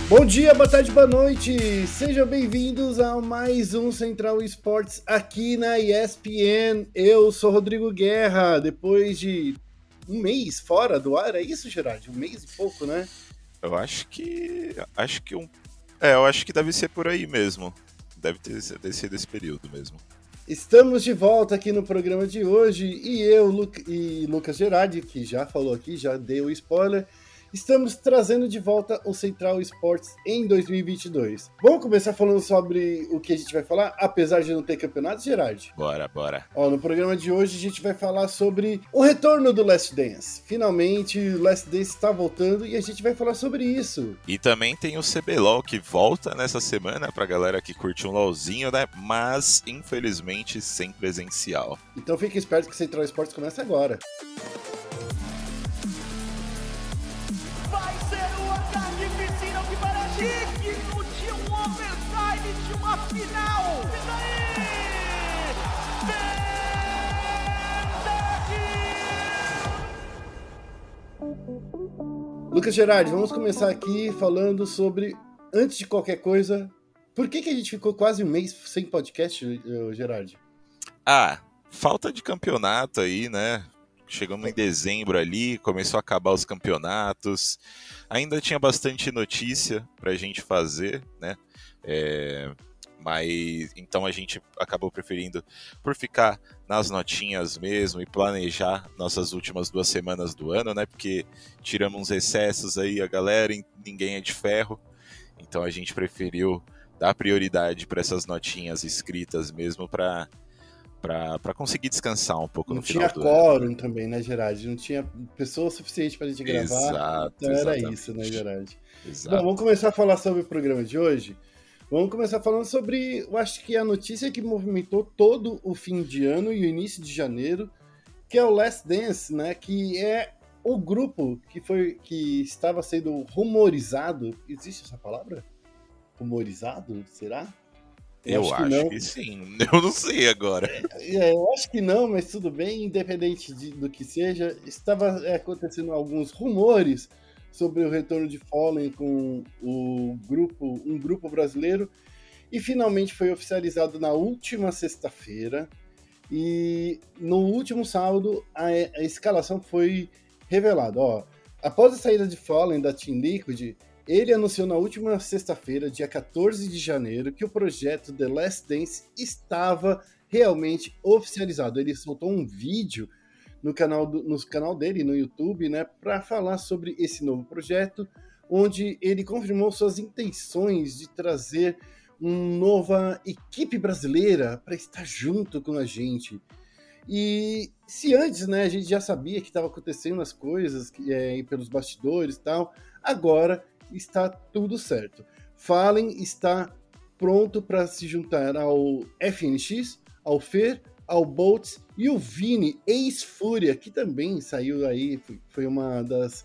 Bom dia, boa tarde, boa noite! Sejam bem-vindos a mais um Central Esportes aqui na ESPN. Eu sou Rodrigo Guerra, depois de um mês fora do ar, é isso, Gerard? Um mês e pouco, né? Eu acho que eu acho que deve ser por aí mesmo. Deve ter sido esse período mesmo. Estamos de volta aqui no programa de hoje e eu e Lucas Gerardi, que já falou aqui, já deu o spoiler, estamos trazendo de volta o Central Esportes em 2022. Vamos começar falando sobre o que a gente vai falar, apesar de não ter campeonato, Gerard? Bora. Ó, no programa de hoje a gente vai falar sobre o retorno do Last Dance. Finalmente o Last Dance está voltando e a gente vai falar sobre isso. E também tem o CBLOL que volta nessa semana pra galera que curte um LOLzinho, né? Mas, infelizmente, sem presencial. Então fique esperto que o Central Esportes começa agora. Digno de um overtime, de uma final! E daí? Lucas Gerardi, vamos começar aqui falando sobre, antes de qualquer coisa, por que a gente ficou quase um mês sem podcast, Gerardi? Falta de campeonato aí, né? Chegamos em dezembro ali, começou a acabar os campeonatos. Ainda tinha bastante notícia pra gente fazer, né? Mas então a gente acabou preferindo por ficar nas notinhas mesmo e planejar nossas últimas 2 semanas do ano, né? Porque tiramos uns excessos aí a galera e ninguém é de ferro. Então a gente preferiu dar prioridade para essas notinhas escritas mesmo para conseguir descansar um pouco no final do ano. Não tinha quórum também, né, Gerard? Não tinha pessoa suficiente pra gente gravar. Exato, então era exatamente. isso, né, Gerard? Exato. Bom, vamos começar a falar sobre o programa de hoje. Vamos começar falando sobre, eu acho que a notícia que movimentou todo o fim de ano e o início de janeiro, que é o Last Dance, né, que é o grupo que estava sendo rumorizado. Existe essa palavra? Rumorizado? Será? Eu acho que sim, eu não sei agora. Eu acho que não, mas tudo bem, independente do que seja, estava acontecendo alguns rumores sobre o retorno de Fallen com um grupo brasileiro, e finalmente foi oficializado na última sexta-feira, e no último sábado a escalação foi revelada. Após a saída de Fallen da Team Liquid, ele anunciou na última sexta-feira, dia 14 de janeiro, que o projeto The Last Dance estava realmente oficializado. Ele soltou um vídeo no canal dele, no YouTube, né, para falar sobre esse novo projeto, onde ele confirmou suas intenções de trazer uma nova equipe brasileira para estar junto com a gente. E se antes, né, a gente já sabia que estava acontecendo as coisas pelos bastidores e tal, agora está tudo certo. Fallen está pronto para se juntar ao FNX, ao Fer, ao Boltz e o Vini, ex-Fúria, que também saiu aí, foi uma das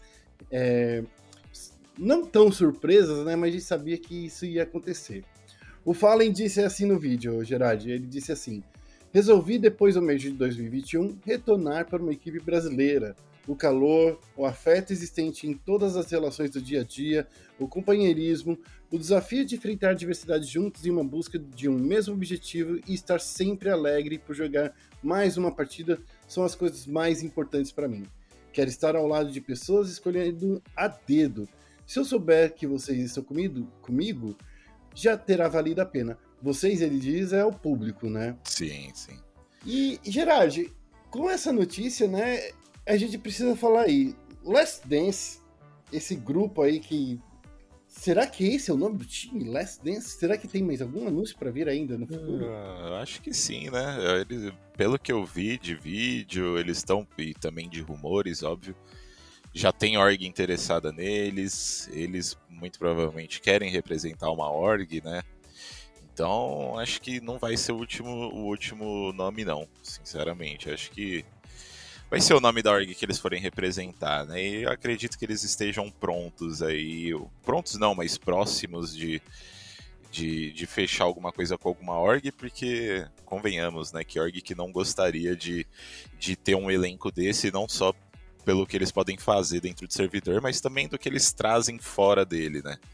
não tão surpresas, né, mas a gente sabia que isso ia acontecer. O Fallen disse assim no vídeo, Gerard, ele disse assim: resolvi depois do mês de 2021 retornar para uma equipe brasileira. O calor, o afeto existente em todas as relações do dia a dia, o companheirismo, o desafio de enfrentar a diversidade juntos em uma busca de um mesmo objetivo e estar sempre alegre por jogar mais uma partida são as coisas mais importantes para mim. Quero estar ao lado de pessoas escolhendo a dedo. Se eu souber que vocês estão comigo, já terá valido a pena. Vocês, ele diz, é o público, né? Sim. E, Gerard, com essa notícia, né, a gente precisa falar aí. Last Dance, esse grupo aí que... Será que esse é o nome do time? Last Dance? Será que tem mais algum anúncio para vir ainda no futuro? Eu acho que sim, né? Pelo que eu vi de vídeo, eles estão, e também de rumores, óbvio, já tem org interessada neles, eles muito provavelmente querem representar uma org, né? Então, acho que não vai ser o último nome, não, sinceramente. Acho que vai ser o nome da org que eles forem representar, né? E eu acredito que eles estejam prontos aí. Prontos não, mas próximos de fechar alguma coisa com alguma org, porque, convenhamos, né? Que org que não gostaria de ter um elenco desse, não só pelo que eles podem fazer dentro do servidor, mas também do que eles trazem fora dele, né?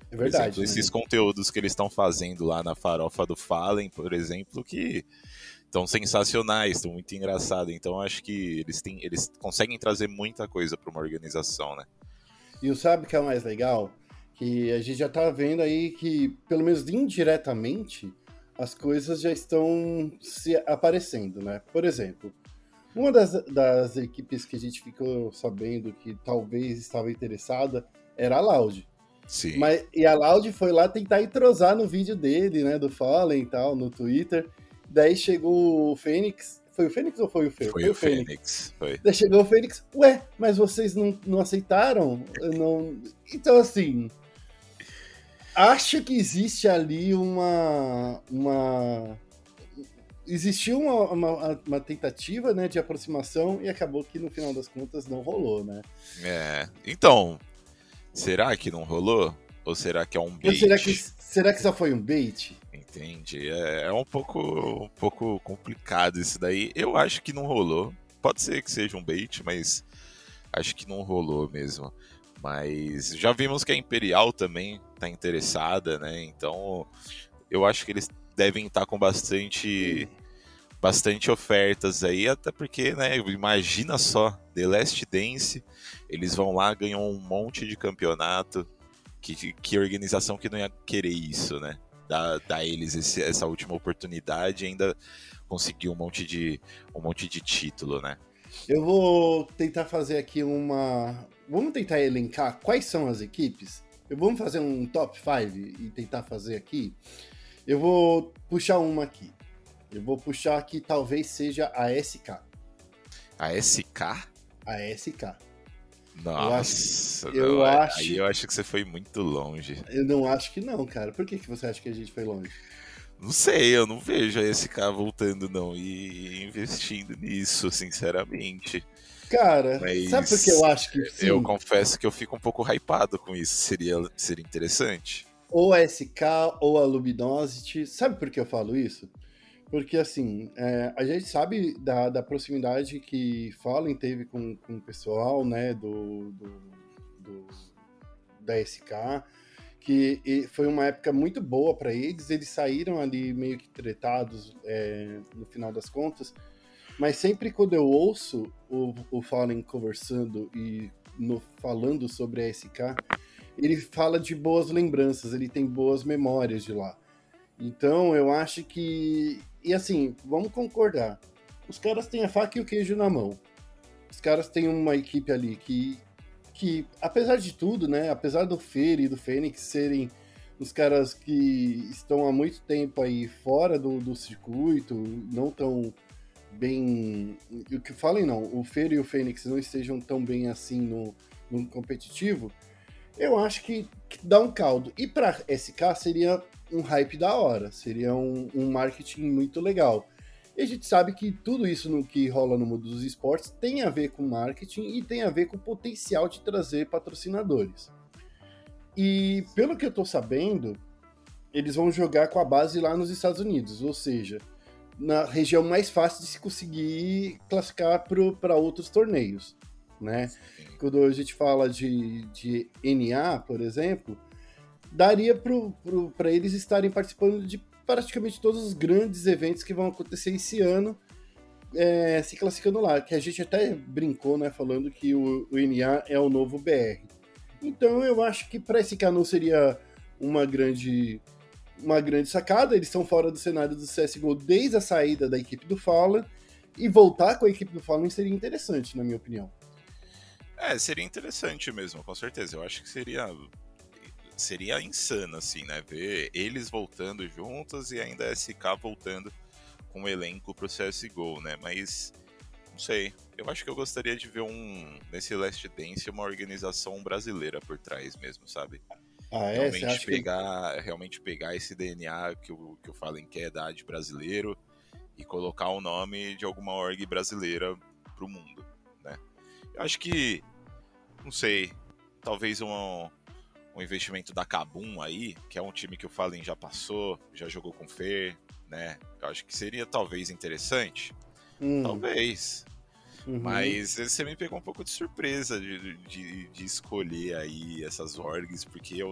É Por exemplo, verdade, esses né? conteúdos que eles estão fazendo lá na farofa do Fallen, por exemplo, que estão sensacionais, estão muito engraçados. Então acho que eles conseguem trazer muita coisa para uma organização, né? E sabe o que é o mais legal? Que a gente já tá vendo aí que, pelo menos indiretamente, as coisas já estão se aparecendo, né? Por exemplo, uma das equipes que a gente ficou sabendo que talvez estava interessada era a Loud. Sim. E a Loud foi lá tentar entrosar no vídeo dele, né, do Fallen e tal, no Twitter. Daí chegou o Fênix. Foi o Fênix ou foi o Fer? Foi Foi o o Fênix. Fênix. Foi. Daí chegou o Fênix. Ué, mas vocês não aceitaram? Eu não... Então, assim, acho que existe ali existiu uma tentativa, né, de aproximação e acabou que no final das contas não rolou, né? Então, será que não rolou? Ou será que é um Mas bait? será que só foi um bait? Entendi. É um pouco complicado isso daí. Eu acho que não rolou. Pode ser que seja um bait, mas acho que não rolou mesmo. Mas já vimos que a Imperial também está interessada, né? Então eu acho que eles devem estar com bastante ofertas aí, até porque, né, imagina só, The Last Dance, eles vão lá, ganham um monte de campeonato, que organização que não ia querer isso, né? Dar eles essa última oportunidade e ainda conseguir um monte de título, né? Eu vou tentar fazer aqui Vamos tentar elencar quais são as equipes? Vamos fazer um top 5 e tentar fazer aqui. Eu vou puxar uma aqui. Eu vou puxar que talvez seja a SK. A SK? A SK. Nossa, aí eu acho que você foi muito longe. Eu não acho que não, cara. Por que você acha que a gente foi longe? Não sei, eu não vejo a SK voltando não e investindo nisso, sinceramente. Cara, Mas sabe por que eu acho que sim? eu confesso que eu fico um pouco hypado com isso. Seria interessante. Ou a SK ou a Luminosity. Sabe por que eu falo isso? Porque, assim, a gente sabe da proximidade que Fallen teve com o pessoal, né, da SK, que foi uma época muito boa para eles. Eles saíram ali meio que tretados no final das contas, mas sempre quando eu ouço o Fallen conversando e falando sobre a SK, ele fala de boas lembranças, ele tem boas memórias de lá. Então, eu acho que... E assim, vamos concordar. Os caras têm a faca e o queijo na mão. Os caras têm uma equipe ali que apesar de tudo, né? Apesar do Fer e do Fênix serem os caras que estão há muito tempo aí fora do circuito, não tão bem... O que falem não, o Fer e o Fênix não estejam tão bem assim no competitivo, eu acho que dá um caldo. E para SK seria um hype da hora, seria um marketing muito legal. E a gente sabe que tudo isso no que rola no mundo dos esportes tem a ver com marketing e tem a ver com o potencial de trazer patrocinadores. E pelo que eu tô sabendo, eles vão jogar com a base lá nos Estados Unidos, ou seja, na região mais fácil de se conseguir classificar para outros torneios, né? Quando a gente fala de NA, por exemplo, daria para eles estarem participando de praticamente todos os grandes eventos que vão acontecer esse ano, se classificando lá, que a gente até brincou, né, falando que o NA é o novo BR. Então eu acho que para esse canal seria uma grande sacada. Eles estão fora do cenário do CSGO desde a saída da equipe do Fallen, e voltar com a equipe do Fallen seria interessante, na minha opinião. Seria interessante mesmo, com certeza. Eu acho que seria insano, assim, né? Ver eles voltando juntos e ainda a SK voltando com o elenco pro CSGO, né? Mas, não sei. Eu acho que eu gostaria de ver nesse Last Dance uma organização brasileira por trás mesmo, sabe? Realmente pegar esse DNA que o Fallen quer dar de brasileiro e colocar o nome de alguma org brasileira pro mundo, né? Eu acho que, não sei, talvez um investimento da Kabum aí, que é um time que o Fallen já passou, já jogou com o Fer, né? Eu acho que seria talvez interessante. Talvez. Uhum. Mas você me pegou um pouco de surpresa de escolher aí essas orgs, porque eu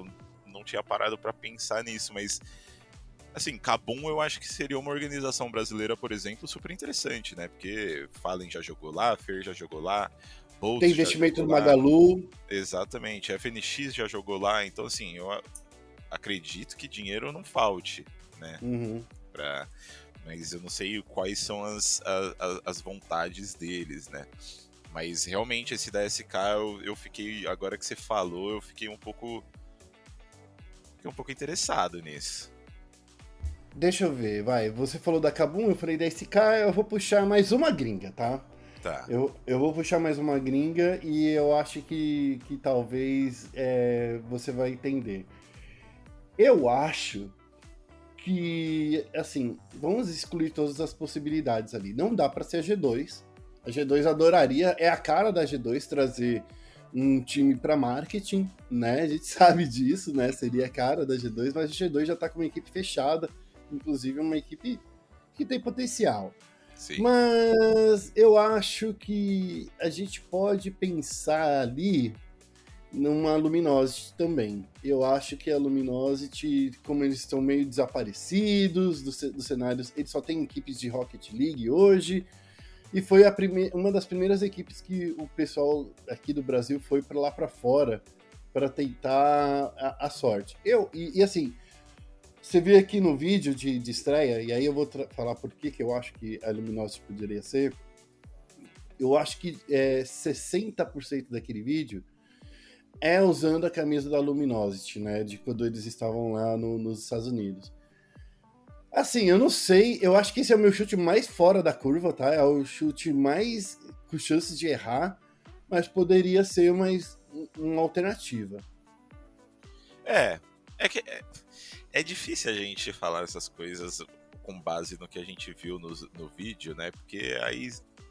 não tinha parado pra pensar nisso, mas assim, Kabum eu acho que seria uma organização brasileira, por exemplo, super interessante, né? Porque Fallen já jogou lá, Fer já jogou lá, Tem Boltz já investimento jogou do lá. Magalu. Exatamente, FNX já jogou lá, então assim, eu acredito que dinheiro não falte, né? Uhum. Mas eu não sei quais são as vontades deles, né? Mas realmente esse da SK eu fiquei, agora que você falou, eu fiquei um pouco interessado nisso. Deixa eu ver, vai. Você falou da Kabum, eu falei da SK, eu vou puxar mais uma gringa, tá? Tá. Eu vou puxar mais uma gringa e eu acho que talvez você vai entender. Eu acho que, assim, vamos excluir todas as possibilidades ali. Não dá pra ser a G2. A G2 adoraria, é a cara da G2 trazer um time pra marketing, né? A gente sabe disso, né? Seria a cara da G2, mas a G2 já tá com uma equipe fechada, inclusive uma equipe que tem potencial. Sim. Mas eu acho que a gente pode pensar ali numa Luminosity também. Eu acho que a Luminosity, como eles estão meio desaparecidos dos cenários, eles só têm equipes de Rocket League hoje, e foi uma das primeiras equipes que o pessoal aqui do Brasil foi para lá para fora para tentar a sorte. E assim, você vê aqui no vídeo de estreia, e aí eu vou falar por que eu acho que a Luminosity poderia ser. Eu acho que 60% daquele vídeo é usando a camisa da Luminosity, né? De quando eles estavam lá nos Estados Unidos. Assim, eu não sei, eu acho que esse é o meu chute mais fora da curva, tá? É o chute mais com chances de errar, mas poderia ser uma alternativa. É difícil a gente falar essas coisas com base no que a gente viu no vídeo, né? Porque aí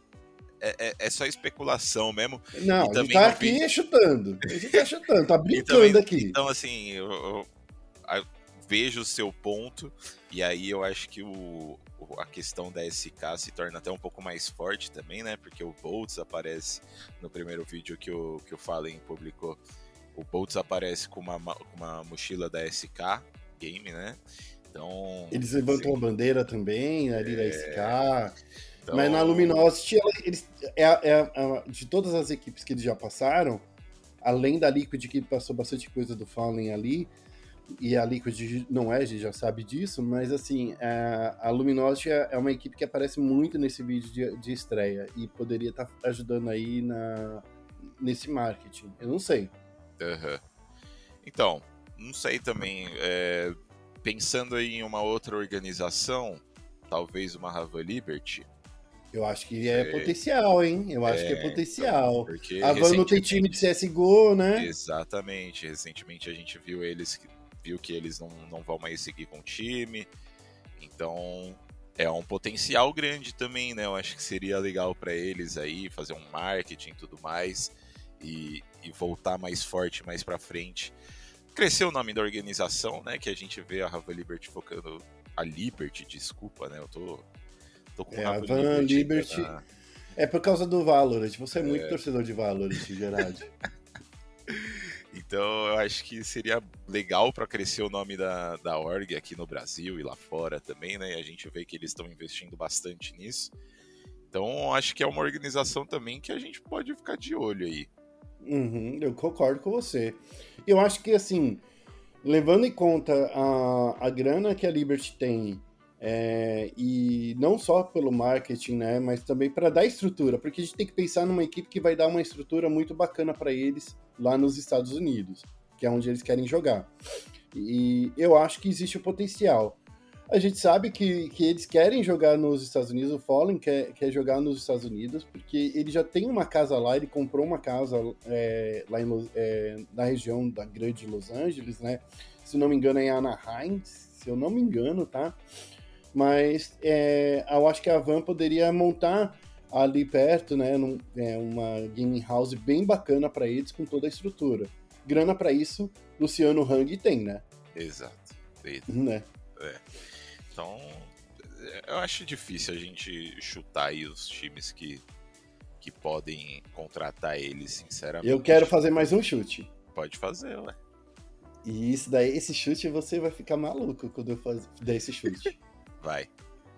é só especulação mesmo. Não, E a gente também tá no aqui vídeo... chutando. A gente tá chutando, tá brincando também, aqui. Então, assim, eu vejo o seu ponto, e aí eu acho que a questão da SK se torna até um pouco mais forte também, né? Porque o Boltz aparece no primeiro vídeo que o Fallen publicou. O Boltz aparece com uma mochila da SK Game, né? Então, Eles levantam a bandeira também, ali da SK. então... Mas na Luminosity, de todas as equipes que eles já passaram, além da Liquid, que passou bastante coisa do Fallen ali, e a Liquid não é, a gente já sabe disso, mas assim, a Luminosity é uma equipe que aparece muito nesse vídeo de estreia, e poderia estar ajudando aí nesse marketing. Eu não sei. Uhum. Então, não sei também, pensando aí em uma outra organização, talvez uma Raven Liberty. Eu acho que é potencial, hein? Eu acho que é potencial. Então, porque a Van não tem time de CSGO, né? Exatamente. Recentemente a gente viu que eles não vão mais seguir com o time. Então, é um potencial grande também, né? Eu acho que seria legal para eles aí fazer um marketing e tudo mais e voltar mais forte mais para frente. Crescer o nome da organização, né? Que a gente vê a Raven Liberty focando... A Liberty, desculpa, né? Eu tô com a Van Liberty. É por causa do Valorant. Você é muito torcedor de Valorant, Gerard. Então eu acho que seria legal para crescer o nome da org aqui no Brasil e lá fora também, né? E a gente vê que eles estão investindo bastante nisso. Então acho que é uma organização também que a gente pode ficar de olho aí. Uhum, eu concordo com você. Eu acho que, assim, levando em conta a grana que a Liberty tem, e não só pelo marketing, né, mas também para dar estrutura, porque a gente tem que pensar numa equipe que vai dar uma estrutura muito bacana para eles lá nos Estados Unidos, que é onde eles querem jogar. E eu acho que existe o potencial. A gente sabe que eles querem jogar nos Estados Unidos, o Fallen quer jogar nos Estados Unidos, porque ele já tem uma casa lá, ele comprou uma casa lá na região da grande Los Angeles, né? Se não me engano é em Anaheim, se eu não me engano, tá? Mas eu acho que a Van poderia montar ali perto, né, uma gaming house bem bacana para eles, com toda a estrutura. Grana para isso, Luciano Hang tem, né? Exato. Né? Então, eu acho difícil a gente chutar aí os times que podem contratar eles, sinceramente. Eu quero fazer mais um chute. Pode fazer, ué. E isso daí, esse chute, você vai ficar maluco quando eu der esse chute. Vai.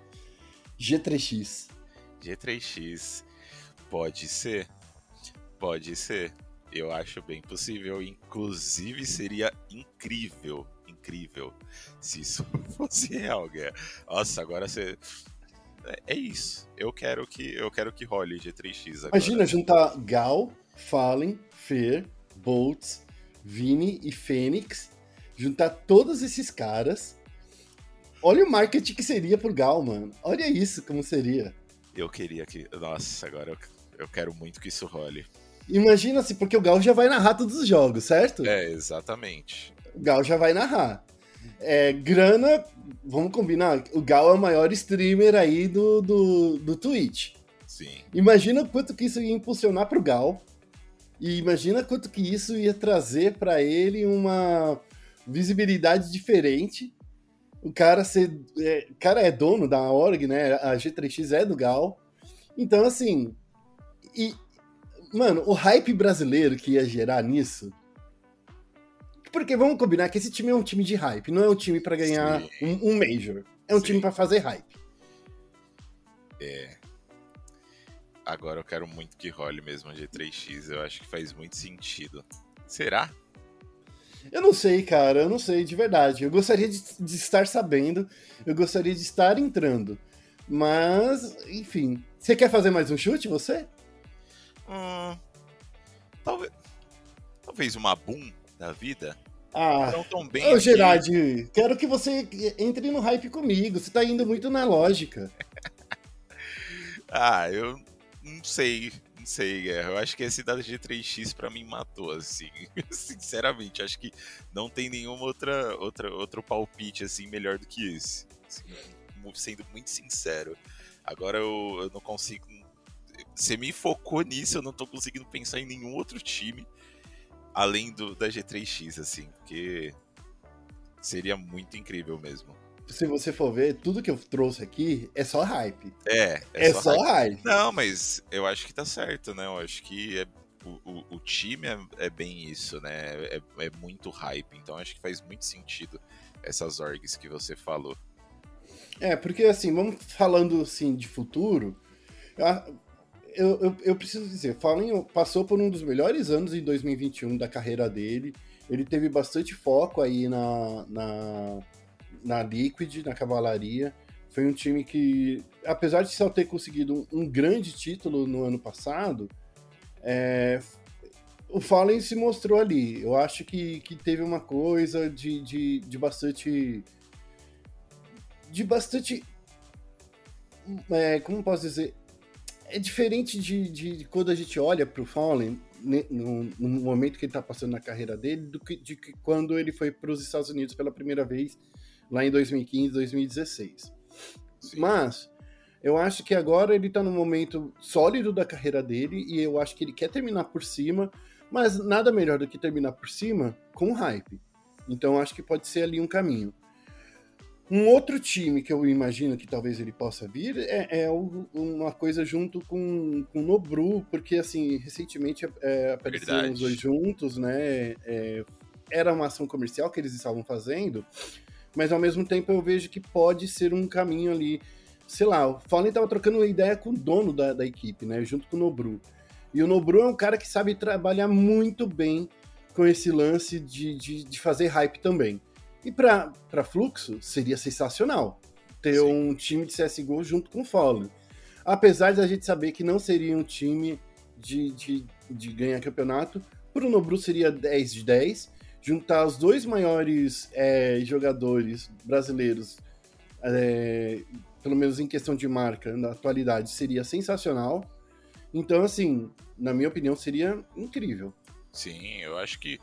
G3X. G3X. Pode ser. Pode ser. Eu acho bem possível. Inclusive, seria incrível. Incrível. Se isso fosse real, Guerra. Nossa, agora você... É isso. Eu quero que role G3X agora. Imagina juntar Gal, Fallen, Fer, Boltz, Vini e Fênix. Juntar todos esses caras. Olha o marketing que seria pro Gal, mano. Olha isso como seria. Eu queria que... Nossa, agora eu quero muito que isso role. Imagina assim, porque o Gal já vai narrar todos os jogos, certo? É, exatamente. O Gal já vai narrar. Grana, vamos combinar, o Gal é o maior streamer aí do Twitch. Sim. Imagina quanto que isso ia impulsionar pro Gal. E imagina quanto que isso ia trazer pra ele uma visibilidade diferente. O cara é dono da org, né? A G3X é do Gal. Então, assim... Mano, o hype brasileiro que ia gerar nisso... Porque vamos combinar que esse time é um time de hype, não é um time pra ganhar um Major. É um time pra fazer hype. Agora eu quero muito que role mesmo a G3X, eu acho que faz muito sentido. Será? Eu não sei, cara, eu não sei, de verdade. Eu gostaria de estar sabendo, eu gostaria de estar entrando. Mas, enfim. Você quer fazer mais um chute, você? Talvez uma boom da vida. Não tão bem ô Gerard, quero que você entre no hype comigo. Você tá indo muito na lógica. Eu não sei, Guerra. Eu acho que esse da G3X pra mim matou, assim. Sinceramente, acho que não tem nenhum outro palpite, assim, melhor do que esse. Assim, sendo muito sincero. Agora eu não consigo... Você me focou nisso, eu não tô conseguindo pensar em nenhum outro time além da G3X, assim, porque seria muito incrível mesmo. Se você for ver, tudo que eu trouxe aqui é só hype. É só hype. Não, mas eu acho que tá certo, né? Eu acho que o time é bem isso, né? É muito hype, então acho que faz muito sentido essas orgs que você falou. Porque assim, vamos falando assim de futuro, eu preciso dizer, Fallen passou por um dos melhores anos em 2021 da carreira dele. Ele teve bastante foco aí na Liquid, na Cavalaria. Foi um time que, apesar de só ter conseguido um grande título no ano passado, o Fallen se mostrou ali. Eu acho que teve uma coisa de bastante... como posso dizer? É diferente de quando a gente olha pro Fallen, no momento que ele tá passando na carreira dele, de que quando ele foi para os Estados Unidos pela primeira vez, lá em 2015, 2016. Sim. Mas eu acho que agora ele tá num momento sólido da carreira dele, e eu acho que ele quer terminar por cima, mas nada melhor do que terminar por cima com hype. Então eu acho que pode ser ali um caminho. Um outro time que eu imagino que talvez ele possa vir uma coisa junto com o Nobru, porque, assim, recentemente apareceram os dois juntos, né? Era uma ação comercial que eles estavam fazendo, mas ao mesmo tempo eu vejo que pode ser um caminho ali. Sei lá, o Fallen estava trocando uma ideia com o dono da equipe, né? Junto com o Nobru. E o Nobru é um cara que sabe trabalhar muito bem com esse lance de fazer hype também. E pra Fluxo, seria sensacional ter um time de CSGO junto com o Fallen. Apesar de a gente saber que não seria um time de ganhar campeonato, pro Nobru seria 10 de 10. Juntar os dois maiores jogadores brasileiros, pelo menos em questão de marca, na atualidade, seria sensacional. Então, assim, na minha opinião, seria incrível. Sim, eu acho que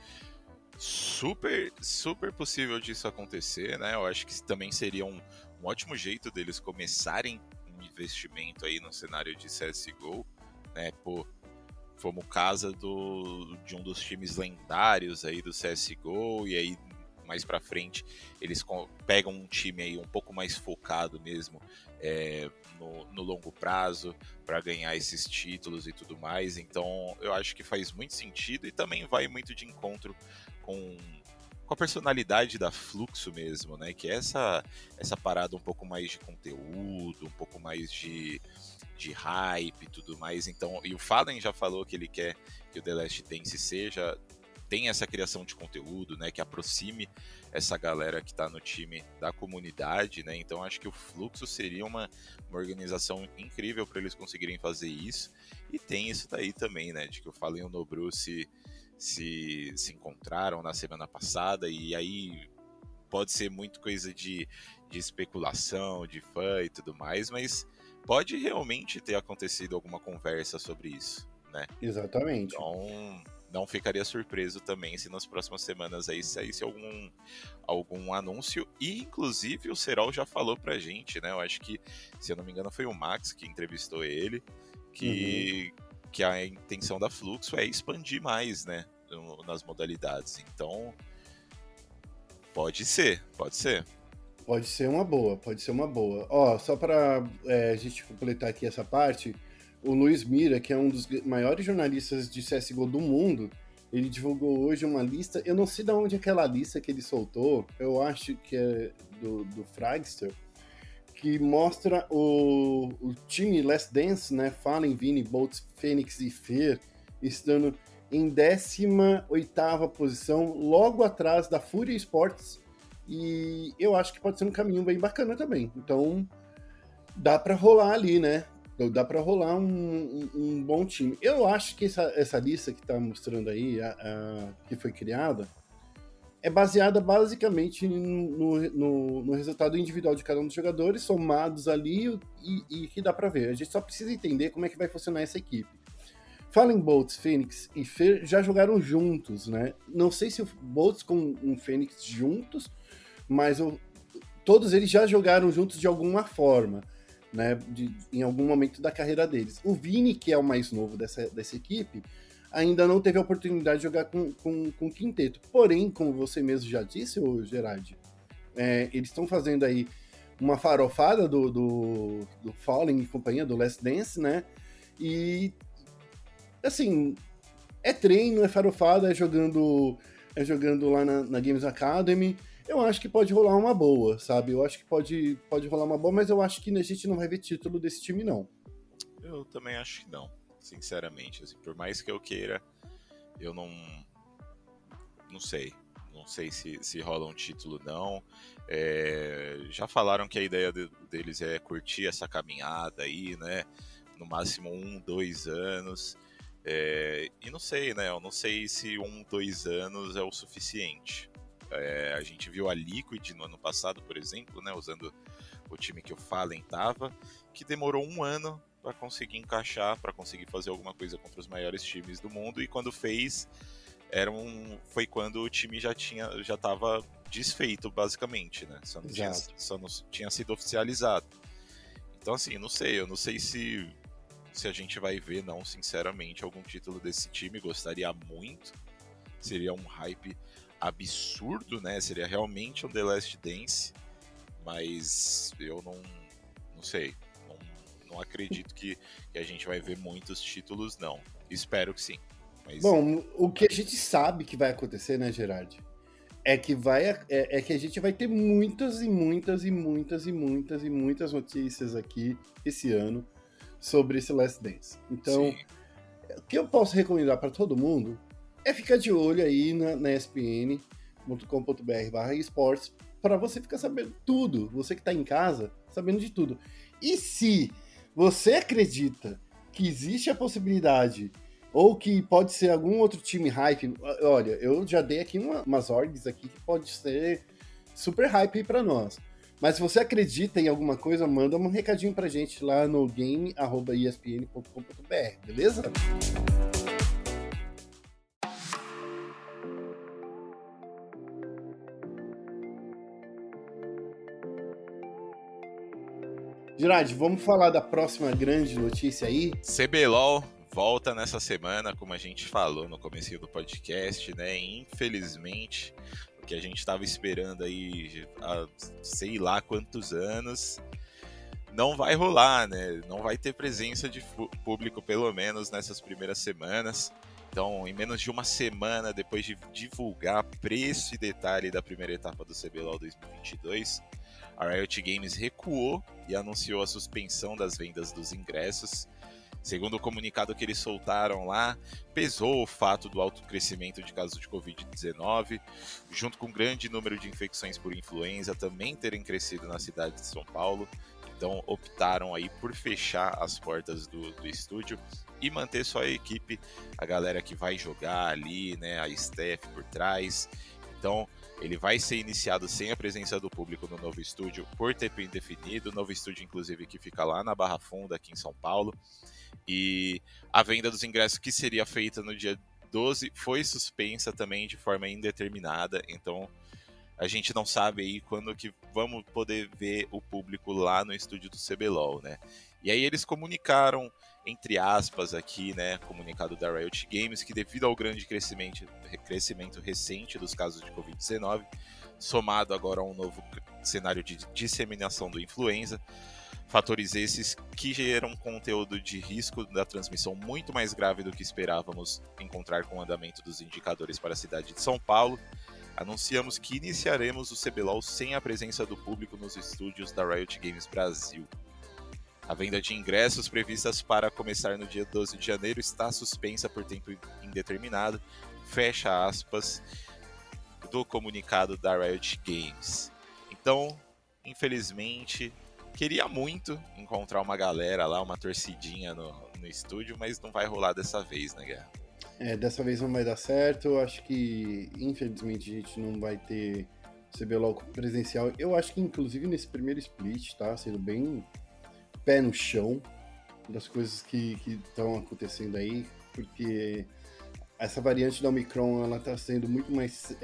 super possível disso acontecer, né? Eu acho que também seria um ótimo jeito deles começarem um investimento aí no cenário de CSGO, né? Fomos casa de um dos times lendários aí do CSGO, e aí mais pra frente eles pegam um time aí um pouco mais focado mesmo no longo prazo para ganhar esses títulos e tudo mais. Então eu acho que faz muito sentido e também vai muito de encontro com a personalidade da Fluxo mesmo, né? Que é essa parada um pouco mais de conteúdo, um pouco mais de hype e tudo mais. Então, e o Fallen já falou que ele quer que o The Last Dance tem essa criação de conteúdo, né, que aproxime essa galera que está no time da comunidade, né? Então acho que o Fluxo seria uma organização incrível para eles conseguirem fazer isso. E tem isso daí também, né, de que o Fallen e o Nobru se encontraram na semana passada, e aí pode ser muito coisa de especulação, de fã e tudo mais, mas pode realmente ter acontecido alguma conversa sobre isso, né? Exatamente. Então, não ficaria surpreso também se nas próximas semanas aí saísse algum anúncio. E, inclusive, o Serol já falou pra gente, né? Eu acho que, se eu não me engano, foi o Max que entrevistou ele, que a intenção da Fluxo é expandir mais, né? Nas modalidades. Então, pode ser. Pode ser uma boa. Ó, só para a gente completar aqui essa parte, o Luiz Mira, que é um dos maiores jornalistas de CSGO do mundo, ele divulgou hoje uma lista, eu não sei de onde é aquela lista que ele soltou, eu acho que é do Fragster, que mostra o time Last Dance, né, Fallen, Vini, Boltz, Fênix e Fer, estando em 18ª posição, logo atrás da Fúria Sports, e eu acho que pode ser um caminho bem bacana também. Então, dá para rolar ali, né? Dá para rolar um bom time. Eu acho que essa lista que tá mostrando aí, que foi criada, é baseada basicamente no resultado individual de cada um dos jogadores, somados ali, e que dá para ver. A gente só precisa entender como é que vai funcionar essa equipe. Fallen, Boltz, Fênix e Fer já jogaram juntos, né? Não sei se o Boltz com o Fênix juntos, mas todos eles já jogaram juntos de alguma forma, né? Em algum momento da carreira deles. O Vini, que é o mais novo dessa equipe, ainda não teve a oportunidade de jogar com o quinteto. Porém, como você mesmo já disse, Gerard, eles estão fazendo aí uma farofada do Fallen e companhia, do Last Dance, né? E, assim, é treino, é farofada, é jogando lá na Games Academy. Eu acho que pode rolar uma boa, sabe? Eu acho que pode rolar uma boa, mas eu acho que a gente não vai ver título desse time, não. Eu também acho que não, sinceramente. Assim, por mais que eu queira, eu não sei. Não sei se rola um título, não. Já falaram que a ideia deles é curtir essa caminhada aí, né? No máximo 1-2 anos. E não sei, né? Eu não sei se 1-2 anos é o suficiente. A gente viu a Liquid no ano passado, por exemplo, né, usando o time que o Fallen tava, que demorou 1 ano para conseguir encaixar, para conseguir fazer alguma coisa contra os maiores times do mundo, e quando fez, foi quando o time já estava desfeito, basicamente, né? Só não tinha sido oficializado. Então, assim, eu não sei se a gente vai ver, não, sinceramente, algum título desse time. Gostaria muito, seria um hype absurdo, né? Seria realmente um The Last Dance, mas eu não sei, não acredito que a gente vai ver muitos títulos, não. Espero que sim. Mas... Bom, o que a gente sabe que vai acontecer, né, Gerard? É que a gente vai ter muitas notícias aqui esse ano sobre esse Last Dance. Então, sim, o que eu posso recomendar para todo mundo é ficar de olho aí na espn.com.br/esportes para você ficar sabendo tudo. Você que está em casa, sabendo de tudo. E se você acredita que existe a possibilidade ou que pode ser algum outro time hype, olha, eu já dei aqui umas orgs aqui que pode ser super hype para nós. Mas se você acredita em alguma coisa, manda um recadinho pra gente lá no game@espn.com.br, beleza? Gerard, vamos falar da próxima grande notícia aí? CBLOL volta nessa semana, como a gente falou no comecinho do podcast, né? Infelizmente, o que a gente estava esperando aí há sei lá quantos anos, não vai rolar, né? Não vai ter presença de público, pelo menos nessas primeiras semanas. Então, em menos de uma semana, depois de divulgar preço e detalhe da primeira etapa do CBLOL 2022, a Riot Games recuou e anunciou a suspensão das vendas dos ingressos. Segundo o comunicado que eles soltaram lá, pesou o fato do alto crescimento de casos de Covid-19, junto com um grande número de infecções por influenza também terem crescido na cidade de São Paulo. Então optaram aí por fechar as portas do estúdio e manter só a equipe, a galera que vai jogar ali, né, a staff por trás. Então ele vai ser iniciado sem a presença do público no novo estúdio por tempo indefinido, novo estúdio inclusive que fica lá na Barra Funda, aqui em São Paulo. E a venda dos ingressos que seria feita no dia 12 foi suspensa também de forma indeterminada, então a gente não sabe aí quando que vamos poder ver o público lá no estúdio do CBLOL, né? E aí eles comunicaram, entre aspas aqui, né, comunicado da Riot Games, que devido ao grande crescimento recente dos casos de Covid-19, somado agora a um novo cenário de disseminação do influenza, fatores esses que geram conteúdo de risco da transmissão muito mais grave do que esperávamos encontrar com o andamento dos indicadores para a cidade de São Paulo, anunciamos que iniciaremos o CBLOL sem a presença do público nos estúdios da Riot Games Brasil. A venda de ingressos previstas para começar no dia 12 de janeiro está suspensa por tempo indeterminado, fecha aspas, do comunicado da Riot Games. Então, infelizmente, queria muito encontrar uma galera lá, uma torcidinha no estúdio, mas não vai rolar dessa vez, né, Guerra? Dessa vez não vai dar certo. Eu acho que, infelizmente, a gente não vai ter CBLOL presencial. Eu acho que, inclusive, nesse primeiro split, tá sendo bem pé no chão das coisas que estão acontecendo aí, porque essa variante da Omicron, ela tá sendo muito mais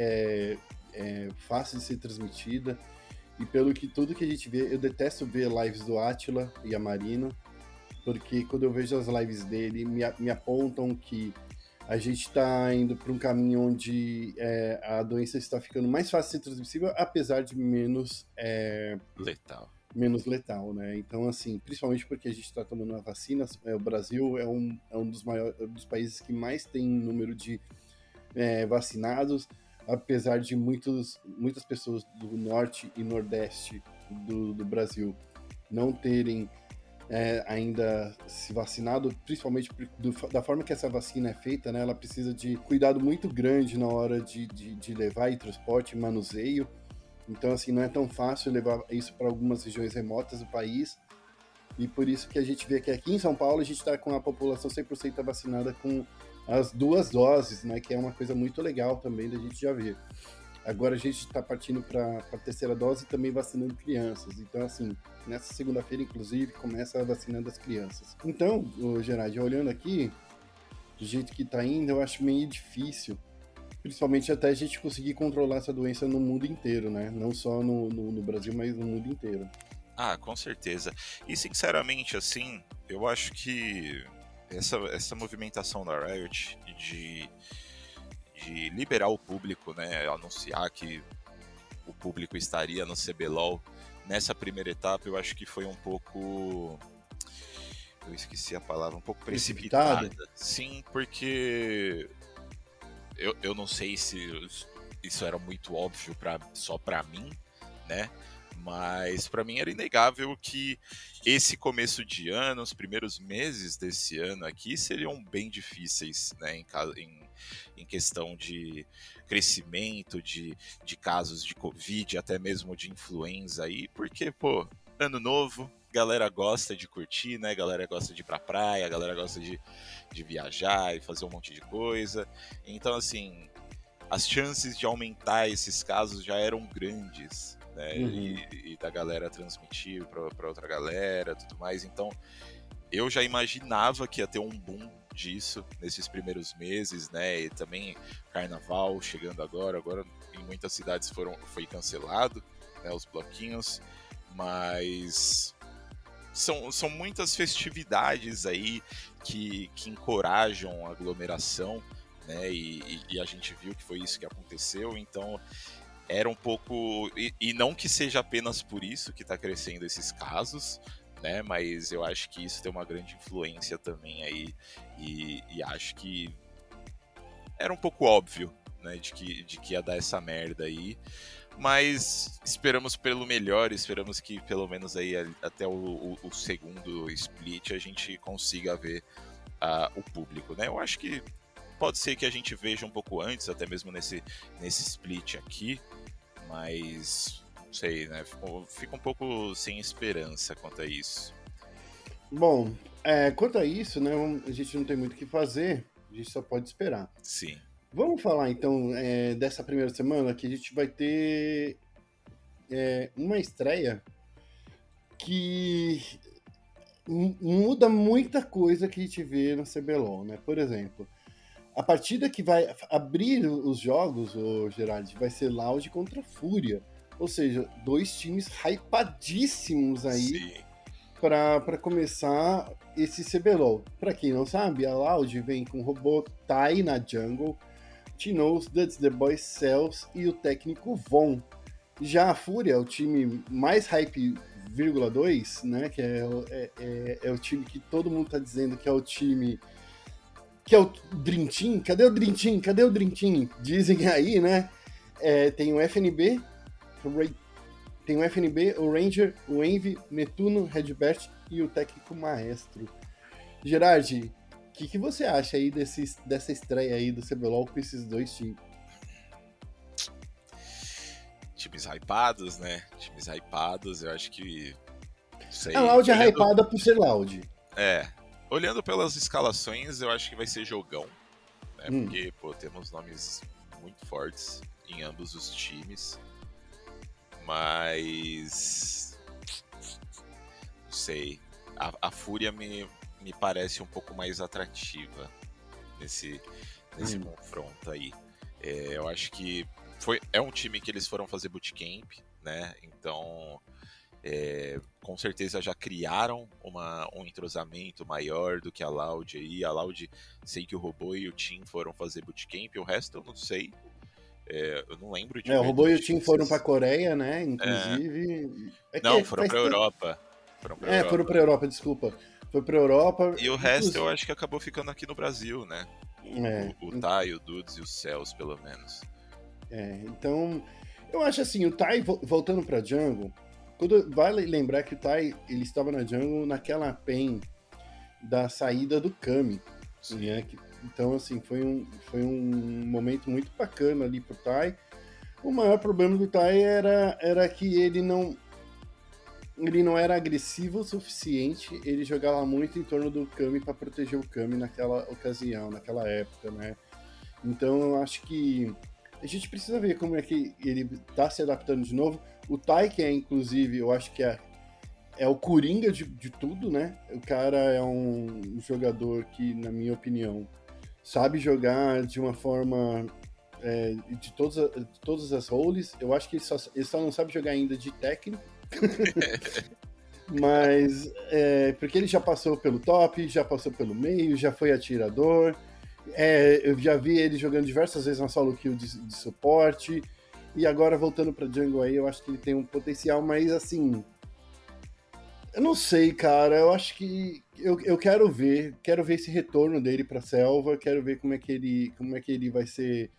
fácil de ser transmitida. E pelo que tudo que a gente vê, eu detesto ver lives do Átila e a Marino, porque quando eu vejo as lives dele, me apontam que a gente está indo para um caminho onde a doença está ficando mais fácil de ser transmissível, apesar de menos letal, né? Então, assim, principalmente porque a gente está tomando a vacina, o Brasil é um dos países que mais tem número de vacinados, apesar de muitas pessoas do norte e nordeste do Brasil não terem ainda se vacinado, principalmente da forma que essa vacina é feita, né? Ela precisa de cuidado muito grande na hora de levar e transporte e manuseio. Então, assim, não é tão fácil levar isso para algumas regiões remotas do país. E por isso que a gente vê que aqui em São Paulo a gente está com a população 100% vacinada com as 2 doses, né? Que é uma coisa muito legal também da gente já ver. Agora a gente está partindo para a terceira dose e também vacinando crianças. Então, assim, nessa segunda-feira, inclusive, começa vacinando as crianças. Então, Gerard, olhando aqui, do jeito que está indo, eu acho meio difícil, principalmente até a gente conseguir controlar essa doença no mundo inteiro, né? Não só no Brasil, mas no mundo inteiro. Ah, com certeza. E, sinceramente, assim, eu acho que essa movimentação da Riot de liberar o público, né, anunciar que o público estaria no CBLOL nessa primeira etapa, eu acho que foi um pouco... Eu esqueci a palavra, um pouco precipitada. Sim, porque eu não sei se isso era muito óbvio só pra mim, né? Mas para mim era inegável que esse começo de ano, os primeiros meses desse ano aqui seriam bem difíceis, né, em questão de crescimento de casos de Covid, até mesmo de influenza aí, porque, pô, ano novo, galera gosta de curtir, né, galera gosta de ir pra praia, galera gosta de viajar e fazer um monte de coisa, então, assim, as chances de aumentar esses casos já eram grandes, né, e da galera transmitir pra outra galera, tudo mais, então eu já imaginava que ia ter um boom disso nesses primeiros meses, né, e também carnaval chegando agora em muitas cidades foi cancelado, né, os bloquinhos, mas são muitas festividades aí que encorajam a aglomeração, né, e a gente viu que foi isso que aconteceu, então era um pouco, e não que seja apenas por isso que está crescendo esses casos, né, mas eu acho que isso tem uma grande influência também aí, e acho que era um pouco óbvio, né, de que ia dar essa merda aí. Mas esperamos pelo melhor, esperamos que pelo menos aí até o segundo split a gente consiga ver o público, né? Eu acho que pode ser que a gente veja um pouco antes, até mesmo nesse split aqui, mas não sei, né? Fica um pouco sem esperança quanto a isso. Bom, quanto a isso, né, a gente não tem muito o que fazer, a gente só pode esperar. Sim. Vamos falar então dessa primeira semana, que a gente vai ter uma estreia que muda muita coisa que a gente vê no CBLOL, né? Por exemplo, a partida que vai abrir os jogos, Gerard, vai ser Loud contra Fúria. Ou seja, 2 times hypadíssimos aí para começar esse CBLOL. Para quem não sabe, a Loud vem com o robô Tai na jungle, T-Nose, Duds The Boys, Cells e o técnico Von. Já a Fúria, o time mais hype, 2, né? Que é o time que todo mundo tá dizendo que é o time... Que é o Dream Team. Cadê o Dream Team? Cadê o Dream Team? Dizem aí, né? Tem o FNB, o Ranger, o Envy, Netuno, Redbert e o técnico Maestro. Gerard, o que você acha aí dessa estreia aí do CBLOL com esses 2 times? Times hypados, né? Times hypados, eu acho que... Sei, a Loud é hypada por ser Loud. Olhando pelas escalações, eu acho que vai ser jogão, né? Porque, pô, temos nomes muito fortes em ambos os times. Mas... não sei. A Fúria me parece um pouco mais atrativa nesse confronto aí. Eu acho que é um time que eles foram fazer bootcamp, né? Então, com certeza já criaram um entrosamento maior do que a Loud aí. A Loud, sei que o Robô e o Tim foram fazer bootcamp, o resto eu não sei. Eu não lembro de o Robô e o Tim foram pra Coreia, né? Inclusive. Foram pra Europa. Foram pra Europa, desculpa. Foi pra Europa. E o resto eu acho que acabou ficando aqui no Brasil, né? O Tai, o Dudes e o Cells, pelo menos. Então, eu acho assim, o Tai voltando pra Jungle, vale lembrar que o Tai, ele estava na Jungle naquela PEN da saída do Kami, né? Então, assim, foi um momento muito bacana ali pro Tai. O maior problema do Tai era que ele não era agressivo o suficiente, ele jogava muito em torno do Kami para proteger o Kami naquela ocasião, naquela época, né? Então, eu acho que a gente precisa ver como é que ele tá se adaptando de novo. O Tai, que inclusive, eu acho que é o coringa de tudo, né? O cara é um jogador que, na minha opinião, sabe jogar de uma forma de todas as roles. Eu acho que ele só não sabe jogar ainda de técnico. Mas porque ele já passou pelo top, já passou pelo meio, já foi atirador. Eu já vi ele jogando diversas vezes na solo kill de suporte. E agora voltando pra jungle aí, eu acho que ele tem um potencial, mas assim... eu não sei, cara. Eu acho que... Eu quero ver esse retorno dele pra selva, quero ver como é que ele vai ser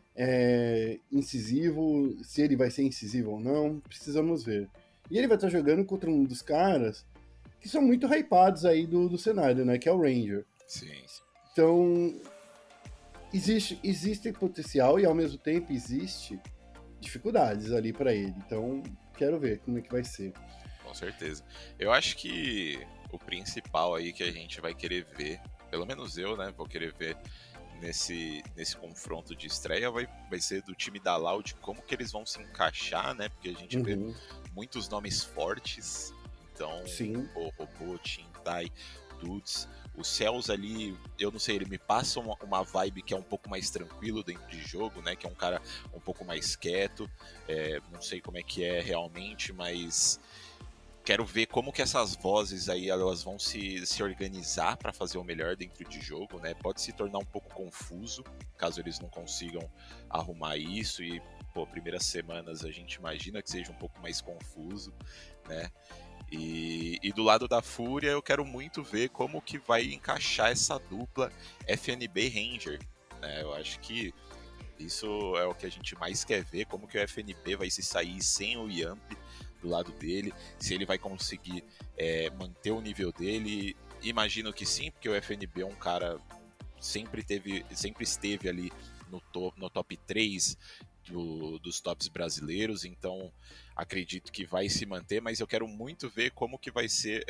incisivo, se ele vai ser incisivo ou não, precisamos ver. E ele vai estar jogando contra um dos caras que são muito hypados aí do cenário, né? Que é o Ranger. Sim. Então, existe potencial e ao mesmo tempo existe dificuldades ali para ele. Então, quero ver como é que vai ser. Com certeza. Eu acho que o principal aí que a gente vai querer ver, pelo menos eu, né, vou querer ver nesse confronto de estreia vai ser do time da Loud, como que eles vão se encaixar, né? Porque a gente vê muitos nomes fortes. Então, o Robô, Team, Tai, Dudes, o Cells ali, eu não sei, ele me passa uma vibe que é um pouco mais tranquilo dentro de jogo, né? Que é um cara um pouco mais quieto. Não sei como é que é realmente, mas quero ver como que essas vozes aí elas vão se organizar para fazer o melhor dentro de jogo, né? Pode se tornar um pouco confuso caso eles não consigam arrumar isso e, primeiras semanas a gente imagina que seja um pouco mais confuso, né? E do lado da Fúria eu quero muito ver como que vai encaixar essa dupla FNB Ranger, né? Eu acho que isso é o que a gente mais quer ver, como que o FNB vai se sair sem o Yamp do lado dele, se ele vai conseguir manter o nível dele. Imagino que sim, porque o FNB é um cara sempre esteve ali no top 3 dos tops brasileiros, então acredito que vai se manter, mas eu quero muito ver como que vai ser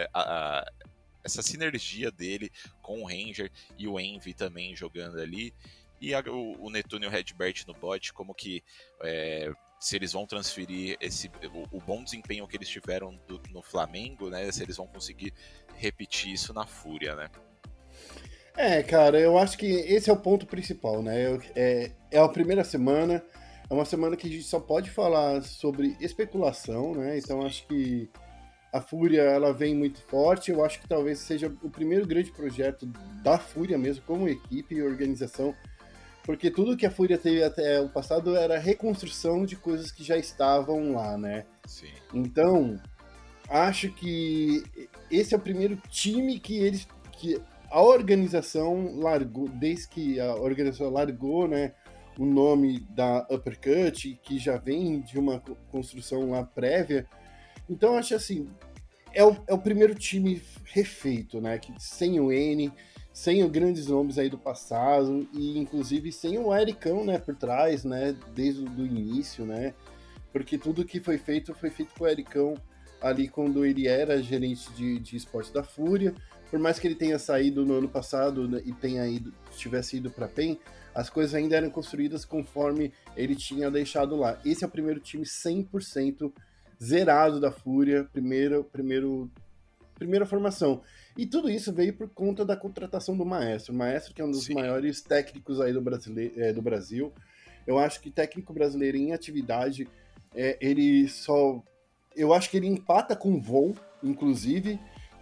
essa sinergia dele com o Ranger e o Envy também jogando ali, e o Netuno e o Redbert no bot, como que se eles vão transferir o bom desempenho que eles tiveram no Flamengo, né, se eles vão conseguir repetir isso na Fúria, né? Cara, eu acho que esse é o ponto principal, né? É a primeira semana, é uma semana que a gente só pode falar sobre especulação, né? Então acho que a Fúria, ela vem muito forte, eu acho que talvez seja o primeiro grande projeto da Fúria mesmo, como equipe e organização, porque tudo que a Fúria teve até o passado era reconstrução de coisas que já estavam lá, né? Sim. Então, acho que esse é o primeiro time que a organização largou, desde que a organização largou, né, o nome da Uppercut, que já vem de uma construção lá prévia. Então, acho assim, é o primeiro time refeito, né, que sem o N, sem os grandes nomes aí do passado, e inclusive sem o Ericão, né, por trás, né, desde o início, né, porque tudo que foi feito com o Ericão ali quando ele era gerente de esportes da Fúria. Por mais que ele tenha saído no ano passado, né, e tivesse ido para a PEN, as coisas ainda eram construídas conforme ele tinha deixado lá. Esse é o primeiro time 100% zerado da Fúria, primeira formação. E tudo isso veio por conta da contratação do Maestro. O Maestro, que é um dos maiores técnicos aí do Brasil. Eu acho que técnico brasileiro em atividade, eu acho que ele empata com o Von, inclusive,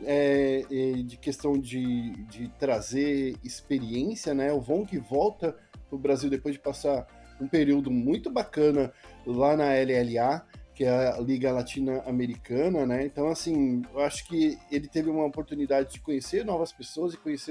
de questão de trazer experiência, né? O Von que volta para o Brasil depois de passar um período muito bacana lá na LLA, que é a Liga Latino-Americana, né? Então, assim, eu acho que ele teve uma oportunidade de conhecer novas pessoas e conhecer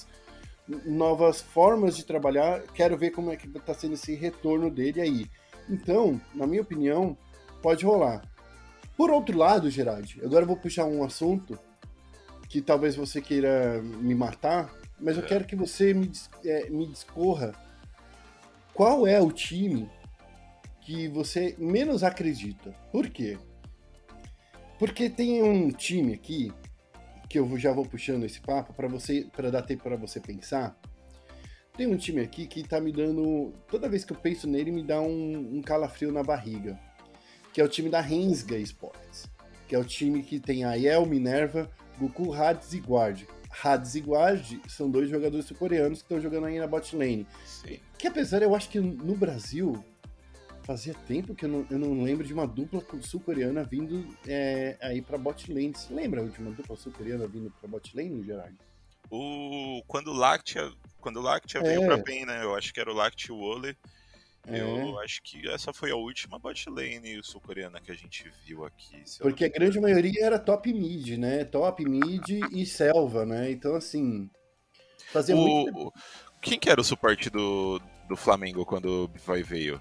novas formas de trabalhar. Quero ver como é que está sendo esse retorno dele aí. Então, na minha opinião, pode rolar. Por outro lado, Gerard, agora eu vou puxar um assunto que talvez você queira me matar, mas eu quero que você me discorra qual é o time que você menos acredita. Por quê? Porque tem um time aqui, que eu já vou puxando esse papo, para dar tempo para você pensar. Tem um time aqui que tá me dando, toda vez que eu penso nele, me dá um calafrio na barriga, que é o time da Rensga Sports, que é o time que tem a Yel, Minerva, Goku, Hades e Guard. Hades e Guard são dois jogadores sul-coreanos que estão jogando aí na bot lane. Sim. Que apesar, eu acho que no Brasil, fazia tempo que eu não lembro de uma dupla sul-coreana vindo aí pra bot lane. Você lembra de uma dupla sul-coreana vindo pra bot lane, Gerard? Quando o Lactia veio pra PEN, né? Eu acho que era o Lactia e o Ole. Eu acho que essa foi a última bot lane sul-coreana que a gente viu aqui. Porque a grande maioria era top mid, né? Top mid e selva, né? Então, assim, fazia muito... Quem que era o suporte do Flamengo quando o Bivai veio?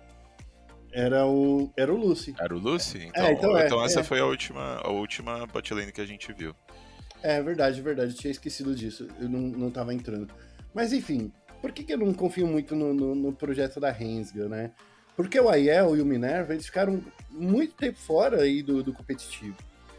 Era o Lucy. Era o Lucy? Então essa foi a última bot lane que a gente viu. É verdade. Eu tinha esquecido disso. Eu não tava entrando. Mas, enfim... Por que eu não confio muito no projeto da Rensga, né? Porque o Aiel e o Minerva, eles ficaram muito tempo fora aí do competitivo.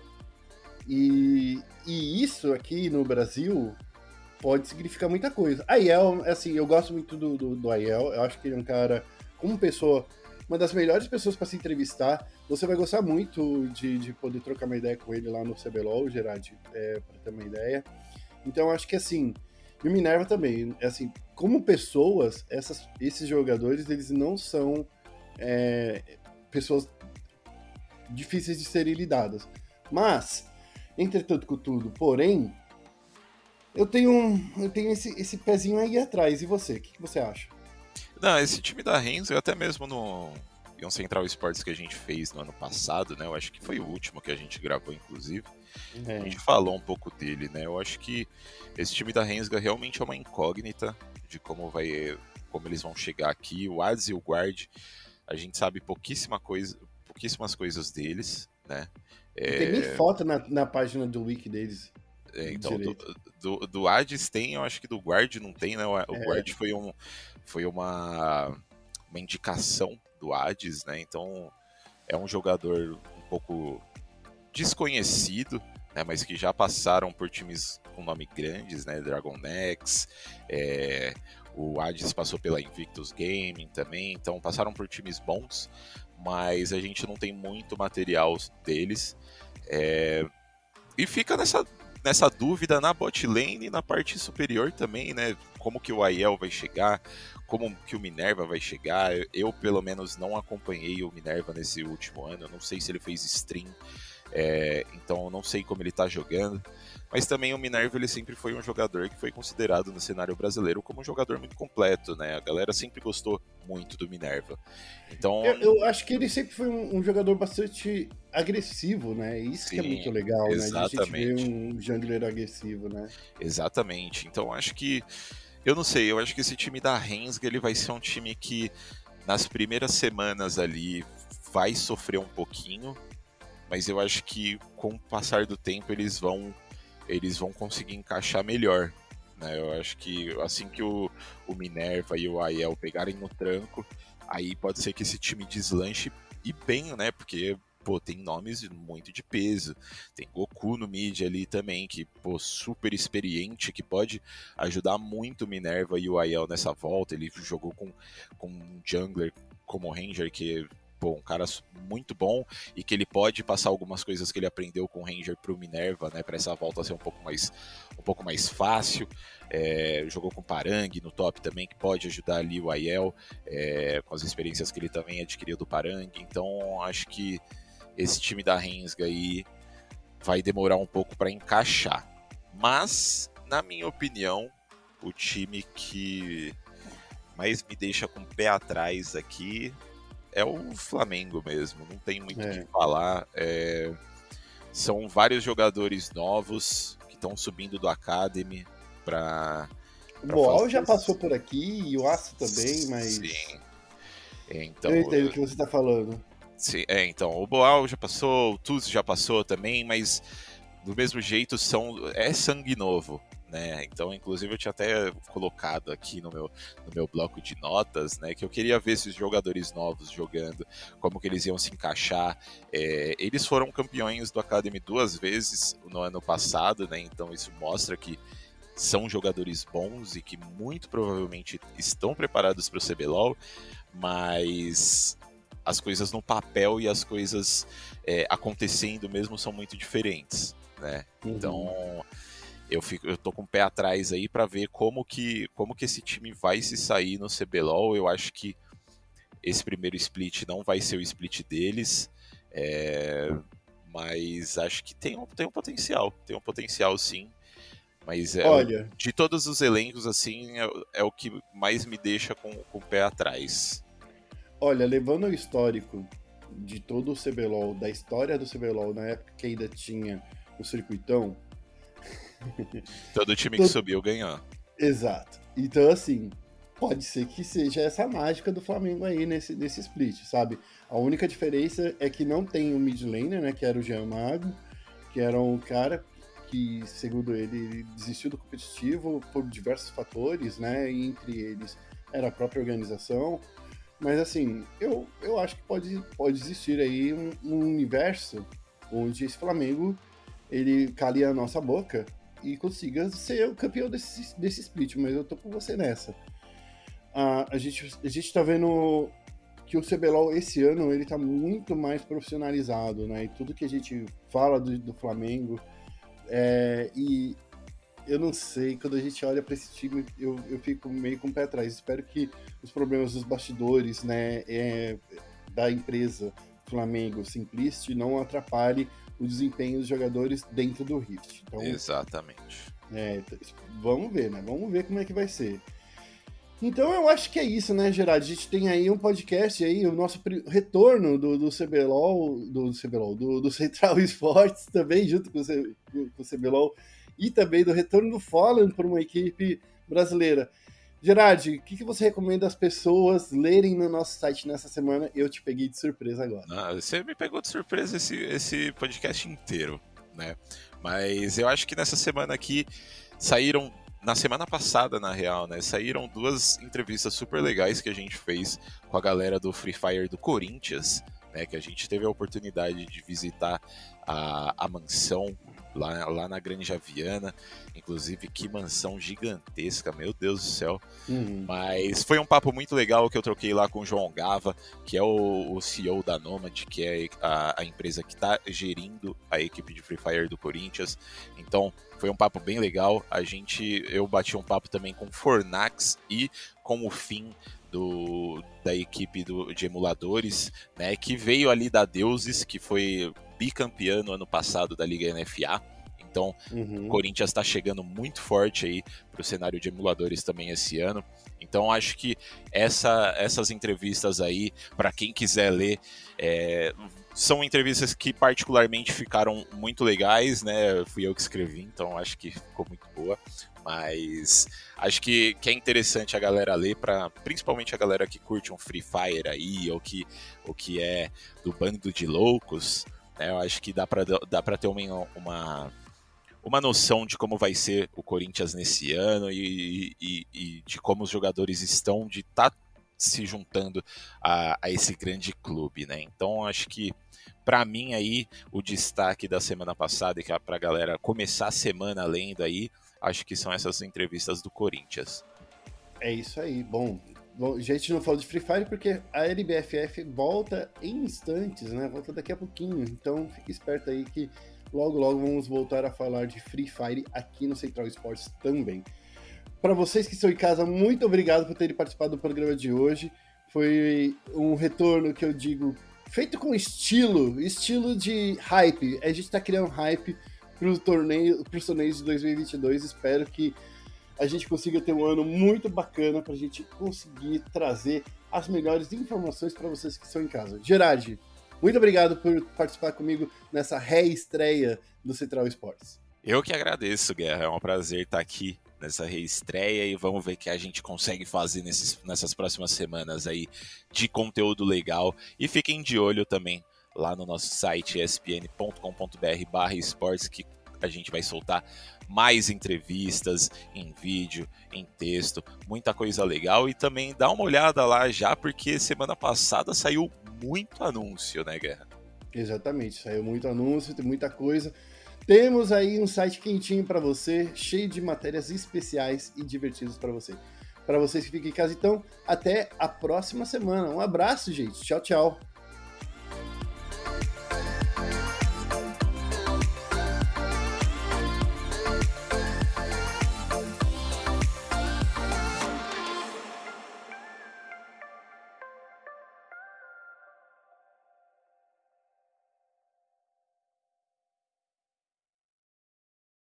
E isso aqui no Brasil pode significar muita coisa. Aiel, assim, eu gosto muito do Aiel. Eu acho que ele é um cara, como pessoa, uma das melhores pessoas para se entrevistar. Você vai gostar muito de poder trocar uma ideia com ele lá no CBLOL, Gerard, para ter uma ideia. Então, acho que, assim... E o Minerva também, assim, como pessoas, esses jogadores, eles não são pessoas difíceis de serem lidadas. Mas, entretanto com tudo, porém, eu tenho esse pezinho aí atrás. E você? O que você acha? Não, esse time da Renzo, até mesmo no Central Sports que a gente fez no ano passado, né? Eu acho que foi o último que a gente gravou, inclusive. A gente falou um pouco dele, né? Eu acho que esse time da Rensga realmente é uma incógnita. de como eles vão chegar aqui. O Hades e o Guard, a gente sabe pouquíssimas coisas deles, né? Não tem nem foto na página do wiki deles. Então, do Hades tem, eu acho que do Guard não tem, né? O Guard foi uma indicação do Hades, né? Então, é um jogador um pouco desconhecido, né? Mas que já passaram por times com nome grandes, né? Dragon X, o Hades passou pela Invictus Gaming também, então passaram por times bons, mas a gente não tem muito material deles. E fica nessa dúvida na bot lane e na parte superior também, né? Como que o Aiel vai chegar, como que o Minerva vai chegar. Eu, pelo menos, não acompanhei o Minerva nesse último ano. Eu não sei se ele fez stream, então eu não sei como ele tá jogando. Mas também o Minerva, ele sempre foi um jogador que foi considerado no cenário brasileiro como um jogador muito completo, né? A galera sempre gostou muito do Minerva. Então, eu acho que ele sempre foi um jogador bastante agressivo, né? Isso sim, que é muito legal, exatamente, né? De a gente ver um jungler agressivo, né? Exatamente. Então acho que, eu não sei, eu acho que esse time da Rensga, ele vai ser um time que nas primeiras semanas ali vai sofrer um pouquinho, mas eu acho que com o passar do tempo eles vão conseguir encaixar melhor, né? Eu acho que assim que o Minerva e o Aiel pegarem no tranco, aí pode ser que esse time deslanche e bem, né? Porque, pô, tem nomes muito de peso. Tem Goku no mid ali também, que, pô, super experiente, que pode ajudar muito o Minerva e o Aiel nessa volta. Ele jogou com um jungler como o Ranger, que, pô, um cara muito bom e que ele pode passar algumas coisas que ele aprendeu com o Ranger pro Minerva, né, para essa volta ser um pouco mais fácil. Jogou com Parang no top também, que pode ajudar ali o Aiel, com as experiências que ele também adquiriu do Parang. Então acho que esse time da Rensga aí vai demorar um pouco para encaixar. Mas, na minha opinião, o time que mais me deixa com o pé atrás aqui é o Flamengo mesmo, não tem muito o que falar. São vários jogadores novos que estão subindo do Academy para... O Boal já passou por aqui e o Aço também, mas... Sim. Então, eu entendo o que você está falando. Sim, então, o Boal já passou, o Tuz já passou também, mas do mesmo jeito é sangue novo, né? Então, inclusive, eu tinha até colocado aqui no meu bloco de notas, né, que eu queria ver esses jogadores novos jogando, como que eles iam se encaixar. Eles foram campeões do Academy 2 vezes no ano passado, né? Então isso mostra que são jogadores bons e que muito provavelmente estão preparados para o CBLOL, mas as coisas no papel e as coisas acontecendo mesmo são muito diferentes, né? Então eu tô com o pé atrás aí para ver como que esse time vai se sair no CBLOL. Eu acho que esse primeiro split não vai ser o split deles, mas acho que tem um potencial sim. Mas olha, de todos os elencos, assim, é o que mais me deixa com o pé atrás. Olha, levando o histórico de todo o CBLOL, da história do CBLOL, na época que ainda tinha o circuitão... Todo time que subiu ganhou. Exato. Então, assim, pode ser que seja essa mágica do Flamengo aí nesse split, sabe? A única diferença é que não tem o mid laner, né, que era o Jean Mago, que era um cara que, segundo ele desistiu do competitivo por diversos fatores, né, e entre eles era a própria organização. Mas, assim, eu acho que pode existir aí um universo onde esse Flamengo, ele cale a nossa boca e consiga ser o campeão desse split, mas eu tô com você nessa. A gente tá vendo que o CBLOL esse ano, ele tá muito mais profissionalizado, né, e tudo que a gente fala do Flamengo, e eu não sei, quando a gente olha para esse time, eu fico meio com o pé atrás. Espero que os problemas dos bastidores, né, da empresa Flamengo Simplist não atrapalhe o desempenho dos jogadores dentro do Rift. Então, exatamente. Vamos ver, né? Vamos ver como é que vai ser. Então eu acho que é isso, né, Gerard? A gente tem aí um podcast aí, o nosso retorno do CBLOL, do Central Esportes também, junto com o CBLOL, e também do retorno do Fallen para uma equipe brasileira. Gerard, o que você recomenda as pessoas lerem no nosso site nessa semana? Eu te peguei de surpresa agora. Você me pegou de surpresa esse podcast inteiro, né? Mas eu acho que nessa semana aqui saíram, na semana passada, na real, né? Saíram 2 entrevistas super legais que a gente fez com a galera do Free Fire do Corinthians, né? Que a gente teve a oportunidade de visitar a mansão lá na Granja Viana. Inclusive, que mansão gigantesca, meu Deus do céu. Mas foi um papo muito legal que eu troquei lá com o João Gava, que é o CEO da Nomad, que é a empresa que está gerindo a equipe de Free Fire do Corinthians. Então, foi um papo bem legal. Eu bati um papo também com o Fornax e com o Finn da equipe de emuladores, né, que veio ali da Deuses, que foi bicampeão no ano passado da Liga NFA. Então, o Corinthians está chegando muito forte aí para o cenário de emuladores também esse ano. Então, acho que essas entrevistas aí, para quem quiser ler, são entrevistas que particularmente ficaram muito legais, né? Fui eu que escrevi, então acho que ficou muito boa. Mas acho que é interessante a galera ler, principalmente a galera que curte um Free Fire aí, ou que é do bando de loucos, né? Eu acho que dá pra ter uma noção de como vai ser o Corinthians nesse ano e de como os jogadores estão de estar se juntando a esse grande clube, né? Então acho que para mim aí o destaque da semana passada e que é pra galera começar a semana lendo aí, acho que são essas entrevistas do Corinthians. É isso aí. Bom, a gente não falou de Free Fire porque a LBFF volta em instantes, né? Volta daqui a pouquinho. Então fique esperto aí que logo vamos voltar a falar de Free Fire aqui no Central Esportes também. Para vocês que estão em casa, muito obrigado por terem participado do programa de hoje. Foi um retorno que eu digo feito com estilo de hype. A gente está criando hype para os torneios de 2022. Espero que a gente consiga ter um ano muito bacana para a gente conseguir trazer as melhores informações para vocês que estão em casa. Gerard, muito obrigado por participar comigo nessa reestreia do Central Esportes. Eu que agradeço, Guerra. É um prazer estar aqui nessa reestreia e vamos ver o que a gente consegue fazer nessas próximas semanas aí de conteúdo legal. E fiquem de olho também lá no nosso site espn.com.br/esportes, que a gente vai soltar mais entrevistas em vídeo, em texto, muita coisa legal. E também dá uma olhada lá já, porque semana passada saiu muito anúncio, né, Guerra? Exatamente, saiu muito anúncio, tem muita coisa. Temos aí um site quentinho para você, cheio de matérias especiais e divertidas para você. Para vocês que ficam em casa, então, até a próxima semana. Um abraço, gente. Tchau, tchau.